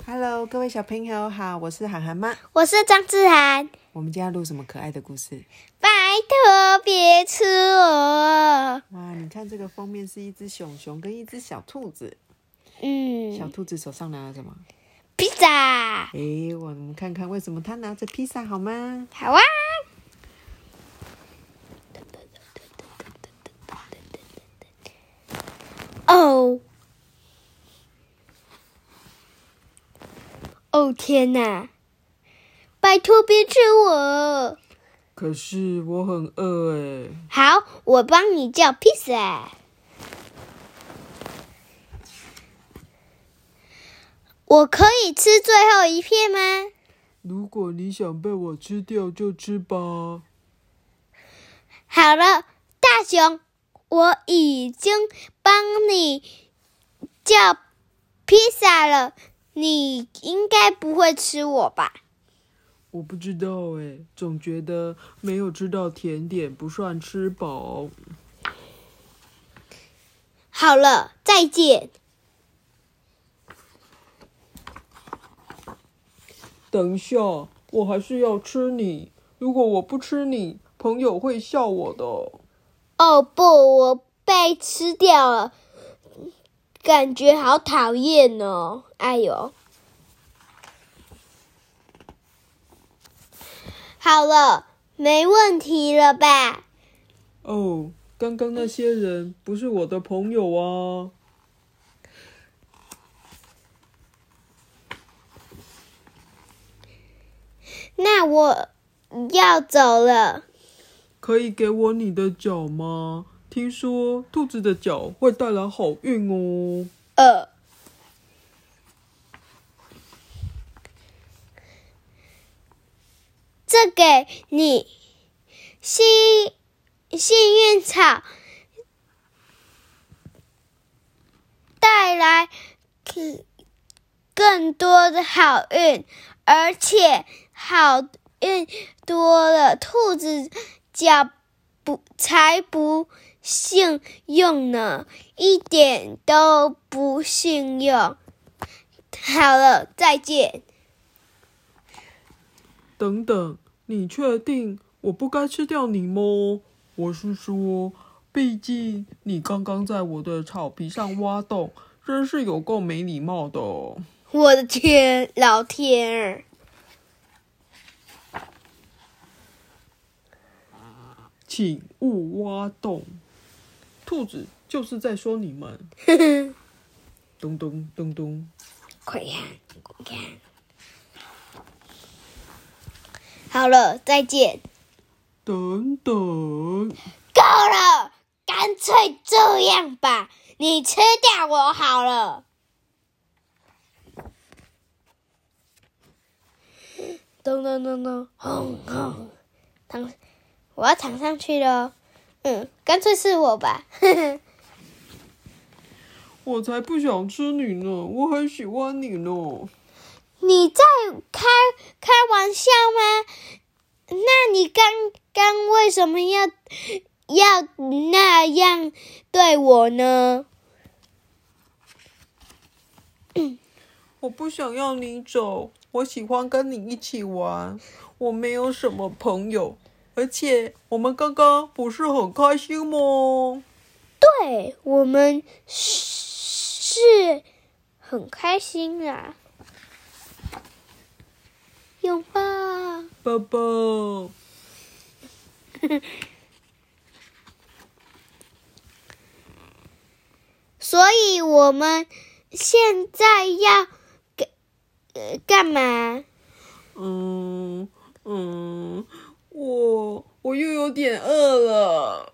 Hello， 各位小朋友好，我是涵涵妈， 我是张志涵。 我们今天要录什么可爱的故事？ 拜托别吃我！ 哇，你看这个封面是一只熊熊跟一只小兔子。小兔子手上拿了什么？ 披萨。 我们看看为什么他拿着披萨好吗？ 好啊。哦天哪！拜托别吃我！ 可是我很饿好，我帮你叫披萨。我可以吃最后一片吗？ 如果你想被我吃掉就吃吧。 好了，大熊，我已经帮你叫披萨了，你应该不会吃我吧？ 我不知道总觉得没有吃到甜点不算吃饱。 好了，再见。 等一下，我还是要吃你。如果我不吃你，朋友会笑我的。 哦不，我被吃掉了，感觉好讨厌哦！哎呦，好了，没问题了吧？ 哦，刚刚那些人不是我的朋友啊。 那我要走了。 可以给我你的脚吗？听说兔子的脚会带来好运哦。 这给你幸运草带来更多的好运，而且好运多了，兔子脚才不信用呢，一点都不信用。好了，再见。 等等，你确定我不该吃掉你吗？我是说，毕竟你刚刚在我的草皮上挖洞，真是有够没礼貌的。 我的天，老天儿！ 请勿挖洞。兔子就是在说你们。咚咚咚咚。 快看，快看。好了，再见。 等等， 够了，干脆这样吧，你吃掉我好了。咚咚咚咚，轰轰，我要躺上去了。干脆是我吧。 我才不想吃你呢，我很喜欢你呢。 你在开玩笑吗？那你刚刚为什么要那样对我呢？ 我不想要你走，我喜欢跟你一起玩。我没有什么朋友，而且我们刚刚不是很开心吗？ 对，我们是很开心啊。拥抱， 抱抱。 所以我们现在要干嘛？ 我又有点饿了。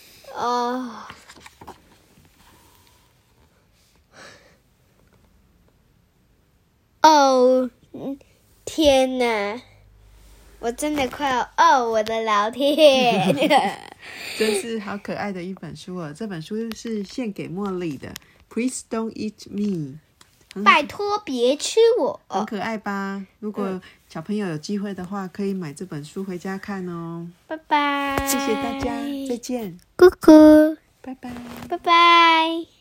天哪！我真的快要我的老天！ 真是好可爱的一本书哦！这本书是献给茉莉的。Please don't eat me。 拜托别吃我！ 很可爱吧？如果小朋友有机会的话，可以买这本书回家看哦。 拜拜！ 谢谢大家，再见。 咕咕， 拜拜。 拜拜。